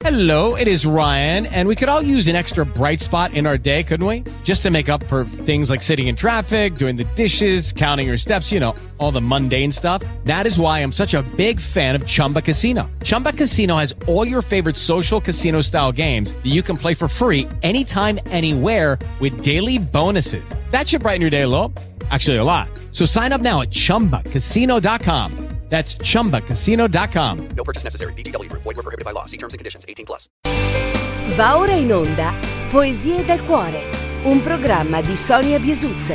Hello, it is Ryan, and we could all use an extra bright spot in our day, couldn't we? Just to make up for things like sitting in traffic, doing the dishes, counting your steps, you know, all the mundane stuff. That is why I'm such a big fan of Chumba Casino. Chumba Casino has all your favorite social casino-style games that you can play for free anytime, anywhere with daily bonuses. That should brighten your day a little. Actually, a lot. So sign up now at ChumbaCasino.com. That's ChumbaCasino.com. No purchase necessary. VGW Group. Void where prohibited by law. See terms and conditions. 18+. Va ora in onda Poesie dal cuore, un programma di Sonia Biesuzze.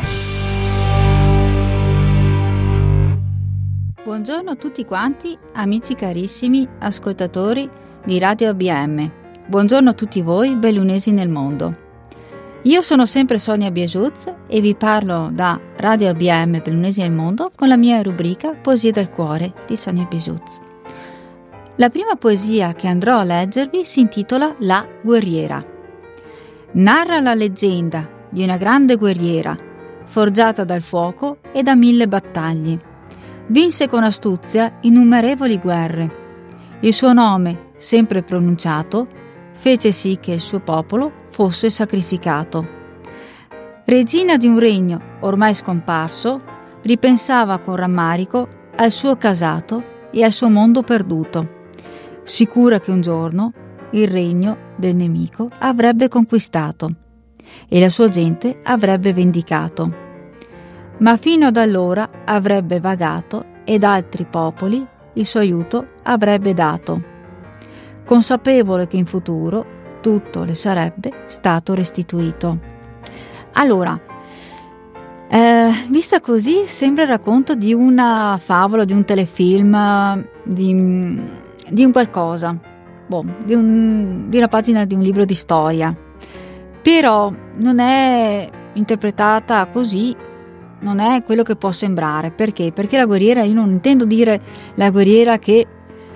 Buongiorno a tutti quanti, amici carissimi, ascoltatori di Radio ABM. Buongiorno a tutti voi, bellunesi nel mondo. Io sono sempre Sonia Biesuzze e vi parlo da Radio ABM Bellunesi nel mondo con la mia rubrica Poesie del cuore di Sonia Biesuzze. La prima poesia che andrò a leggervi si intitola La guerriera. Narra la leggenda di una grande guerriera, forgiata dal fuoco e da 1000 battaglie. Vinse con astuzia innumerevoli guerre. Il suo nome, sempre pronunciato, fece sì che il suo popolo fosse sacrificato. Regina di un regno ormai scomparso, ripensava con rammarico al suo casato e al suo mondo perduto, sicura che un giorno il regno del nemico avrebbe conquistato e la sua gente avrebbe vendicato. Ma fino ad allora avrebbe vagato ed altri popoli il suo aiuto avrebbe dato, consapevole che in futuro tutto le sarebbe stato restituito. Allora, vista così sembra il racconto di una favola, di un telefilm, di un qualcosa, di una pagina di un libro di storia. Però non è interpretata così, non è quello che può sembrare. Perché? Perché la guerriera, io non intendo dire la guerriera che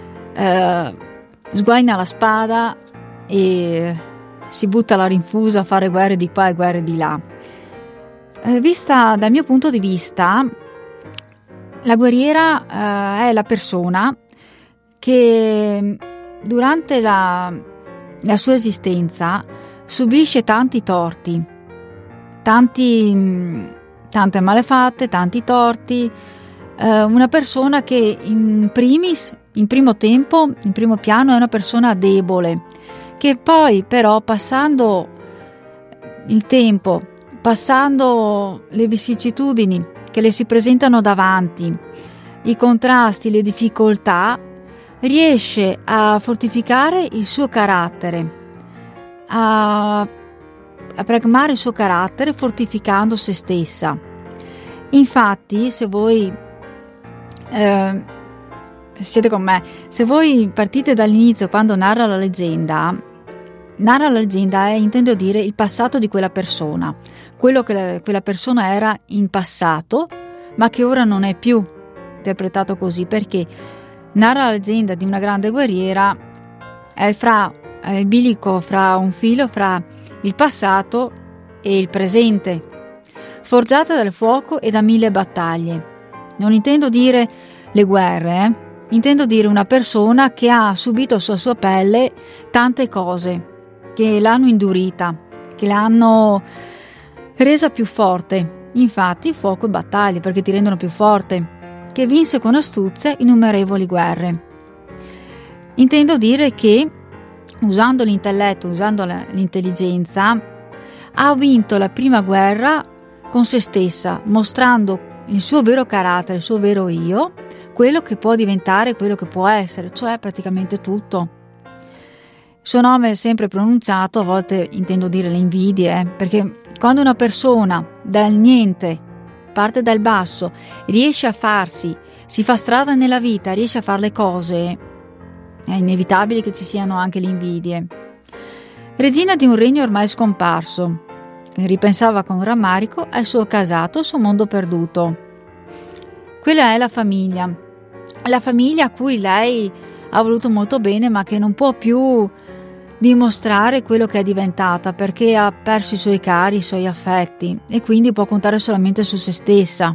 sguaina la spada e si butta alla rinfusa a fare guerre di qua e guerre di là. Vista dal mio punto di vista, la guerriera è la persona che durante la sua esistenza subisce tanti torti, tante malefatte, tanti torti. Una persona che in primo piano è una persona debole, che poi però passando il tempo, passando le vicissitudini che le si presentano davanti, i contrasti, le difficoltà, riesce a fortificare il suo carattere, a pragmare il suo carattere fortificando se stessa. Infatti, se voi siete con me, se voi partite dall'inizio, quando narra la leggenda è, intendo dire, il passato di quella persona, quello che quella persona era in passato, ma che ora non è più interpretato così, perché narra la leggenda di una grande guerriera, è il bilico fra un filo fra il passato e il presente, forgiata dal fuoco e da 1000 battaglie. Non intendo dire le guerre, intendo dire una persona che ha subito sulla sua pelle tante cose che l'hanno indurita, che l'hanno resa più forte. Infatti fuoco e battaglie, perché ti rendono più forte, che vinse con astuzia innumerevoli guerre. Intendo dire che usando l'intelletto, usando l'intelligenza, ha vinto la prima guerra con se stessa, mostrando il suo vero carattere, il suo vero io, quello che può diventare, quello che può essere, cioè praticamente tutto. Il suo nome è sempre pronunciato, a volte intendo dire le invidie, perché quando una persona dal niente, parte dal basso, riesce a si fa strada nella vita, riesce a fare le cose, è inevitabile che ci siano anche le invidie. Regina di un regno ormai scomparso, ripensava con rammarico al suo casato, al suo mondo perduto. Quella è la famiglia a cui lei ha voluto molto bene, ma che non può più dimostrare quello che è diventata, perché ha perso i suoi cari, i suoi affetti, e quindi può contare solamente su se stessa.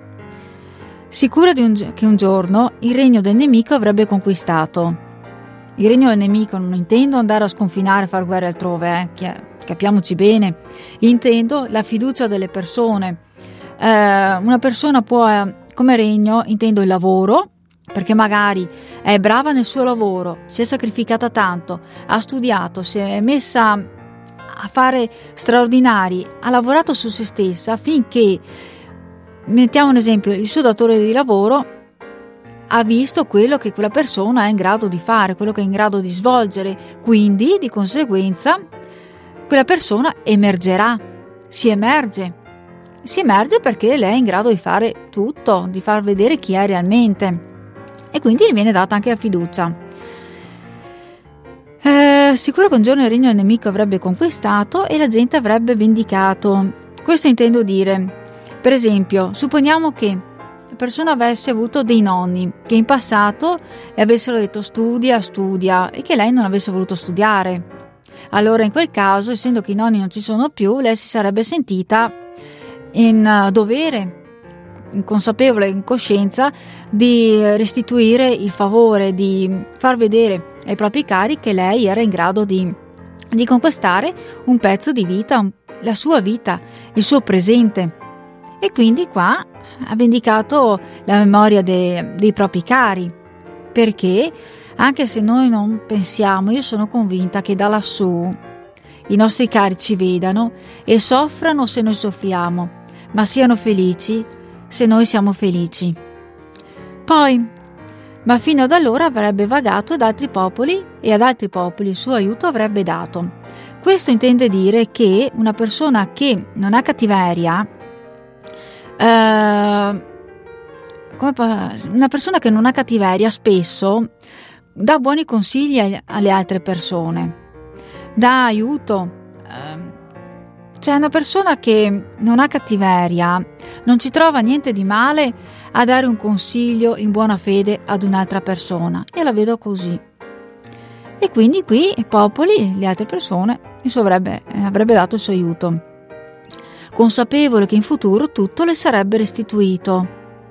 Sicura che un giorno il regno del nemico avrebbe conquistato Il regno del nemico non intendo andare a sconfinare e far guerre altrove, capiamoci bene. Intendo la fiducia delle persone. Una persona può, come regno, intendo il lavoro, perché magari è brava nel suo lavoro, si è sacrificata tanto, ha studiato, si è messa a fare straordinari, ha lavorato su se stessa affinché, mettiamo un esempio, il suo datore di lavoro ha visto quello che quella persona è in grado di fare, quello che è in grado di svolgere, quindi di conseguenza quella persona emergerà, si emerge perché lei è in grado di fare tutto, di far vedere chi è realmente, e quindi gli viene data anche la fiducia. Sicuro che un giorno il regno del nemico avrebbe conquistato e la gente avrebbe vendicato. Questo intendo dire. Per esempio, supponiamo che la persona avesse avuto dei nonni che in passato le avessero detto studia e che lei non avesse voluto studiare. Allora in quel caso, essendo che i nonni non ci sono più, lei si sarebbe sentita in dovere, consapevole, in coscienza, di restituire il favore, di far vedere ai propri cari che lei era in grado di conquistare un pezzo di vita, la sua vita, il suo presente. E quindi qua ha vendicato la memoria dei propri cari, perché anche se noi non pensiamo, io sono convinta che da lassù i nostri cari ci vedano e soffrano se noi soffriamo, ma siano felici se noi siamo felici. Poi, ma fino ad allora avrebbe vagato ad altri popoli e ad altri popoli il suo aiuto avrebbe dato. Questo intende dire che una persona che non ha cattiveria, una persona che non ha cattiveria spesso dà buoni consigli alle altre persone, dà aiuto. Cioè una persona che non ha cattiveria non ci trova niente di male a dare un consiglio in buona fede ad un'altra persona. Io la vedo così. E quindi qui i popoli, le altre persone, avrebbe dato il suo aiuto, consapevole che in futuro tutto le sarebbe restituito.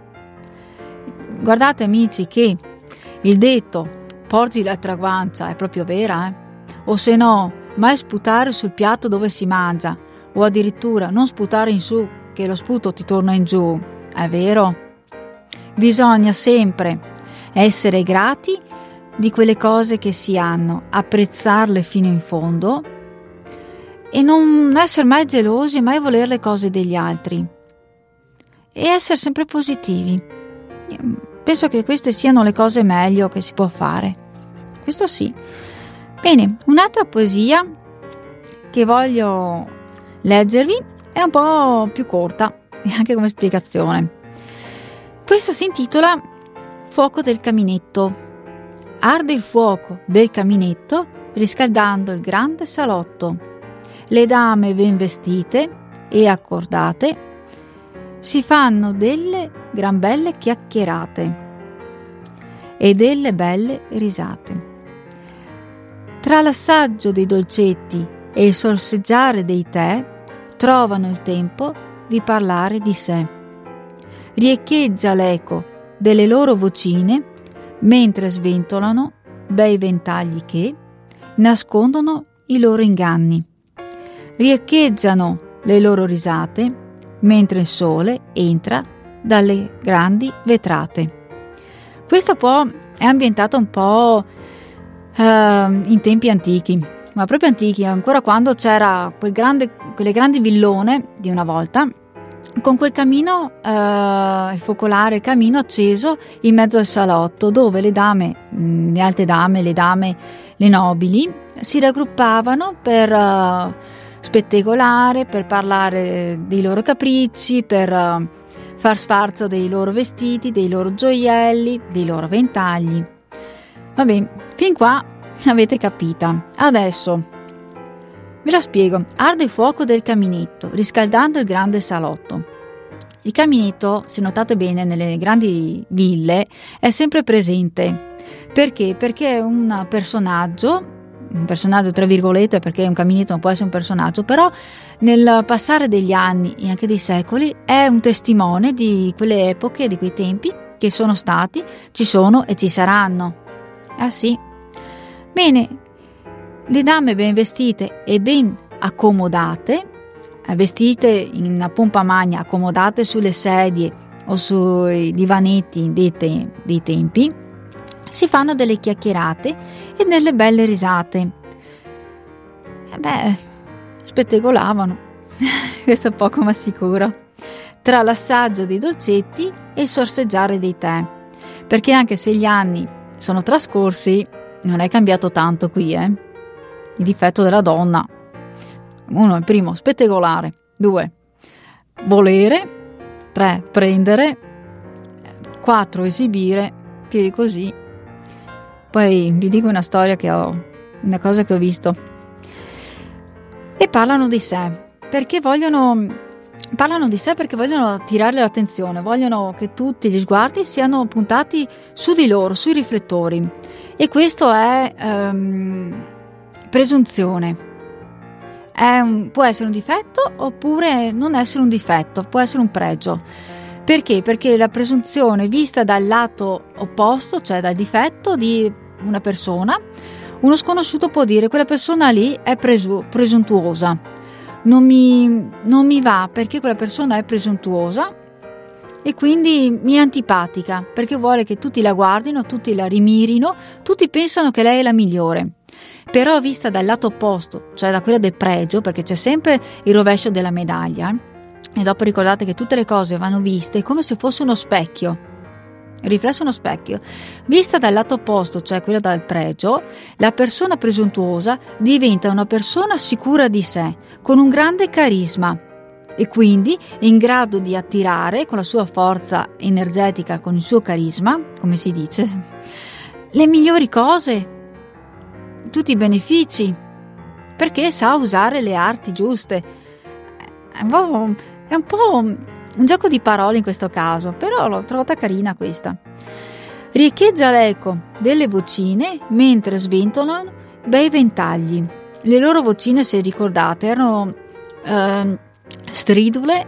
Guardate amici che il detto porgi l'altra guancia è proprio vera, o se no mai sputare sul piatto dove si mangia, o addirittura non sputare in su che lo sputo ti torna in giù, è vero? Bisogna sempre essere grati di quelle cose che si hanno, apprezzarle fino in fondo e non essere mai gelosi, mai voler le cose degli altri e essere sempre positivi. Penso che queste siano le cose meglio che si può fare. Questo sì. Bene, un'altra poesia che voglio leggervi è un po' più corta e anche come spiegazione. Questa si intitola Fuoco del caminetto. Arde il fuoco del caminetto riscaldando il grande salotto. Le dame ben vestite e accordate si fanno delle gran belle chiacchierate e delle belle risate. Tra l'assaggio dei dolcetti e il sorseggiare dei tè trovano il tempo di parlare di sé. Riecheggia l'eco delle loro vocine mentre sventolano bei ventagli che nascondono i loro inganni. Riecheggiano le loro risate mentre il sole entra dalle grandi vetrate. Questa è ambientata un po' in tempi antichi, ma proprio antichi, ancora quando c'era quelle grandi villone di una volta, con quel camino, il focolare, il camino acceso in mezzo al salotto, dove le dame, le alte dame, le nobili, si raggruppavano per spettacolare, per parlare dei loro capricci, per far sfarzo dei loro vestiti, dei loro gioielli, dei loro ventagli. Vabbè, fin qua avete capita. Adesso ve la spiego. Arde il fuoco del caminetto, riscaldando il grande salotto. Il caminetto, se notate bene, nelle grandi ville è sempre presente. Perché? Perché è un personaggio tra virgolette, perché un caminetto non può essere un personaggio, però nel passare degli anni e anche dei secoli è un testimone di quelle epoche, di quei tempi che sono stati, ci sono e ci saranno. Ah sì. Bene, le dame ben vestite e ben accomodate, vestite in una pompa magna, accomodate sulle sedie o sui divanetti dei tempi, si fanno delle chiacchierate e delle belle risate. Spettegolavano, questo è poco ma sicuro, tra l'assaggio dei dolcetti e il sorseggiare dei tè, perché anche se gli anni sono trascorsi non è cambiato tanto qui, il difetto della donna: 1, il primo, spettegolare; 2, volere; 3, prendere; 4, esibire, più di così. Poi vi dico una storia una cosa che ho visto. E parlano di sé perché vogliono attirare l'attenzione, vogliono che tutti gli sguardi siano puntati su di loro, sui riflettori, e questo è presunzione. Può essere un difetto oppure non essere un difetto, può essere un pregio. Perché? Perché la presunzione vista dal lato opposto, cioè dal difetto di una persona, uno sconosciuto può dire: quella persona lì è presuntuosa, non mi va perché quella persona è presuntuosa e quindi mi è antipatica, perché vuole che tutti la guardino, tutti la rimirino, tutti pensano che lei è la migliore. Però vista dal lato opposto, cioè da quella del pregio, perché c'è sempre il rovescio della medaglia, e dopo ricordate che tutte le cose vanno viste come se fosse uno specchio, il riflesso è uno specchio. Vista dal lato opposto, cioè quella dal pregio, la persona presuntuosa diventa una persona sicura di sé, con un grande carisma e quindi in grado di attirare con la sua forza energetica, con il suo carisma, come si dice, le migliori cose, tutti i benefici, perché sa usare le arti giuste. È un po' un gioco di parole in questo caso, però l'ho trovata carina questa. Riecheggia l'eco delle vocine mentre sventolano bei ventagli. Le loro vocine, se ricordate, erano stridule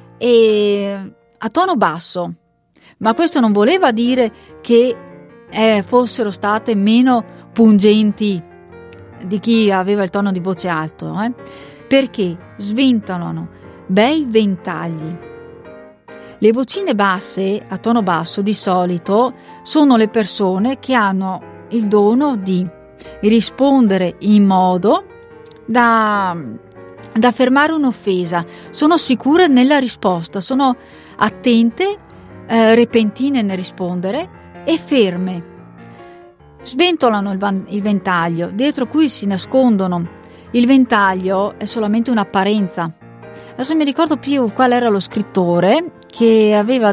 e a tono basso, ma questo non voleva dire che fossero state meno pungenti di chi aveva il tono di voce alto, perché sventolano bei ventagli. Le vocine basse, a tono basso, di solito sono le persone che hanno il dono di rispondere in modo da fermare un'offesa, sono sicure nella risposta, sono attente, repentine nel rispondere e ferme. Sventolano il ventaglio, dietro cui si nascondono. Il ventaglio è solamente un'apparenza. Adesso mi ricordo più qual era lo scrittore che aveva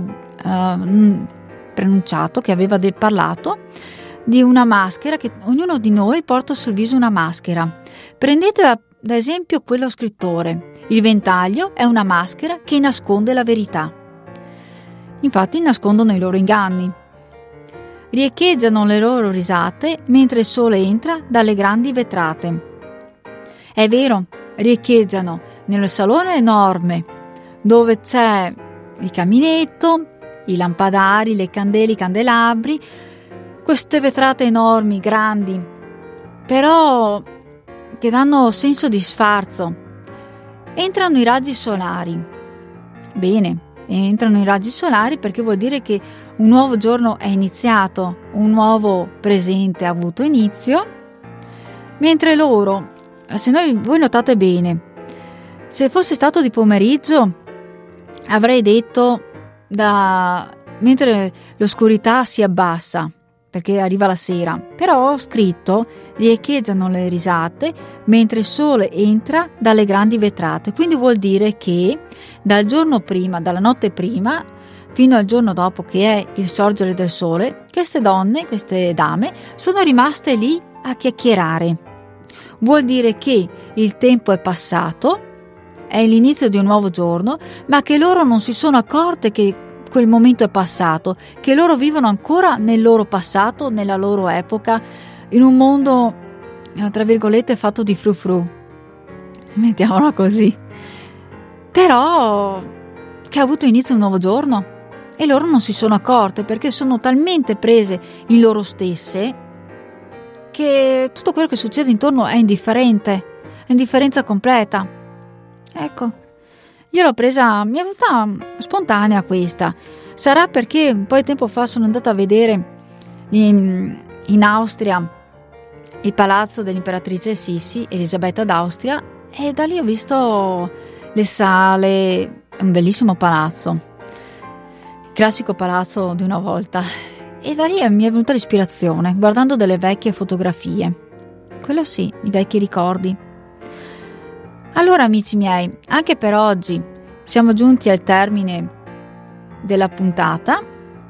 pronunciato, che aveva parlato di una maschera, che ognuno di noi porta sul viso una maschera. Prendete da esempio quello scrittore: il ventaglio è una maschera che nasconde la verità. Infatti nascondono i loro inganni. Riecheggiano le loro risate mentre il sole entra dalle grandi vetrate. È vero, riecheggiano nel salone enorme dove c'è il caminetto, i lampadari, le candele, i candelabri, queste vetrate enormi, grandi, però che danno senso di sfarzo. Entrano i raggi solari. Bene, entrano i raggi solari perché vuol dire che un nuovo giorno è iniziato, un nuovo presente ha avuto inizio, mentre loro, se voi notate bene, se fosse stato di pomeriggio avrei detto mentre l'oscurità si abbassa perché arriva la sera, però ho scritto riecheggiano le risate mentre il sole entra dalle grandi vetrate, quindi vuol dire che dal giorno prima, dalla notte prima fino al giorno dopo, che è il sorgere del sole, queste donne, queste dame sono rimaste lì a chiacchierare. Vuol dire che il tempo è passato, è l'inizio di un nuovo giorno, ma che loro non si sono accorte che quel momento è passato, che loro vivono ancora nel loro passato, nella loro epoca, in un mondo, tra virgolette, fatto di frufru, mettiamola così, però che ha avuto inizio un nuovo giorno e loro non si sono accorte perché sono talmente prese in loro stesse perché tutto quello che succede intorno è indifferenza completa. Ecco, io l'ho presa, mi è venuta spontanea questa. Sarà perché un po' di tempo fa sono andata a vedere in Austria il palazzo dell'imperatrice Sissi, Elisabetta d'Austria, e da lì ho visto le sale, un bellissimo palazzo, il classico palazzo di una volta, e da lì mi è venuta l'ispirazione guardando delle vecchie fotografie, quello sì, i vecchi ricordi. Allora amici miei, anche per oggi siamo giunti al termine della puntata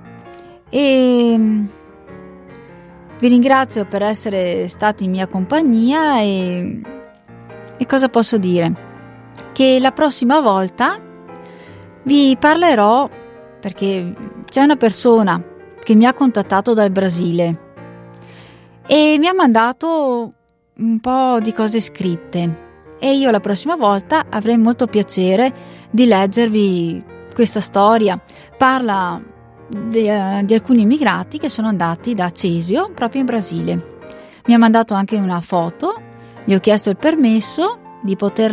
e vi ringrazio per essere stati in mia compagnia e cosa posso dire? Che la prossima volta vi parlerò, perché c'è una persona che mi ha contattato dal Brasile e mi ha mandato un po' di cose scritte e io la prossima volta avrei molto piacere di leggervi questa storia. Parla di alcuni immigrati che sono andati da Cesio proprio in Brasile. Mi ha mandato anche una foto, gli ho chiesto il permesso di poter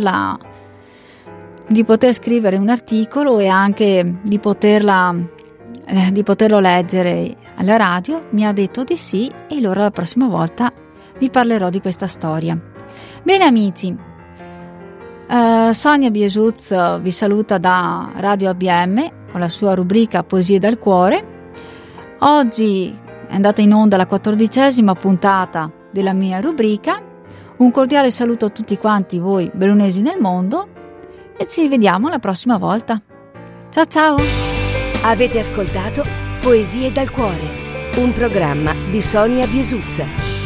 scrivere un articolo e anche di poterlo leggere alla radio. Mi ha detto di sì e allora la prossima volta vi parlerò di questa storia. Bene amici, Sonia Biesuz vi saluta da Radio ABM con la sua rubrica Poesie dal cuore. Oggi è andata in onda la 14ª puntata della mia rubrica. Un cordiale saluto a tutti quanti voi bellunesi nel mondo e ci vediamo la prossima volta. Ciao ciao! Avete ascoltato Poesie dal cuore, un programma di Sonia Biesuz.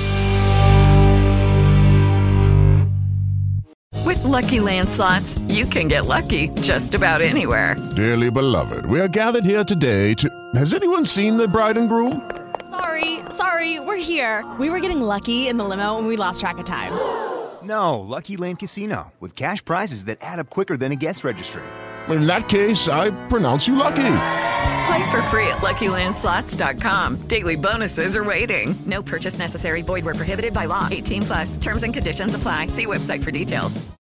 With Lucky Land Slots, you can get lucky just about anywhere. Dearly beloved, we are gathered here today to... Has anyone seen the bride and groom? Sorry, we're here. We were getting lucky in the limo and we lost track of time. No, Lucky Land Casino, with cash prizes that add up quicker than a guest registry. In that case, I pronounce you lucky. Play for free at LuckyLandSlots.com. Daily bonuses are waiting. No purchase necessary. Void where prohibited by law. 18+. Terms and conditions apply. See website for details.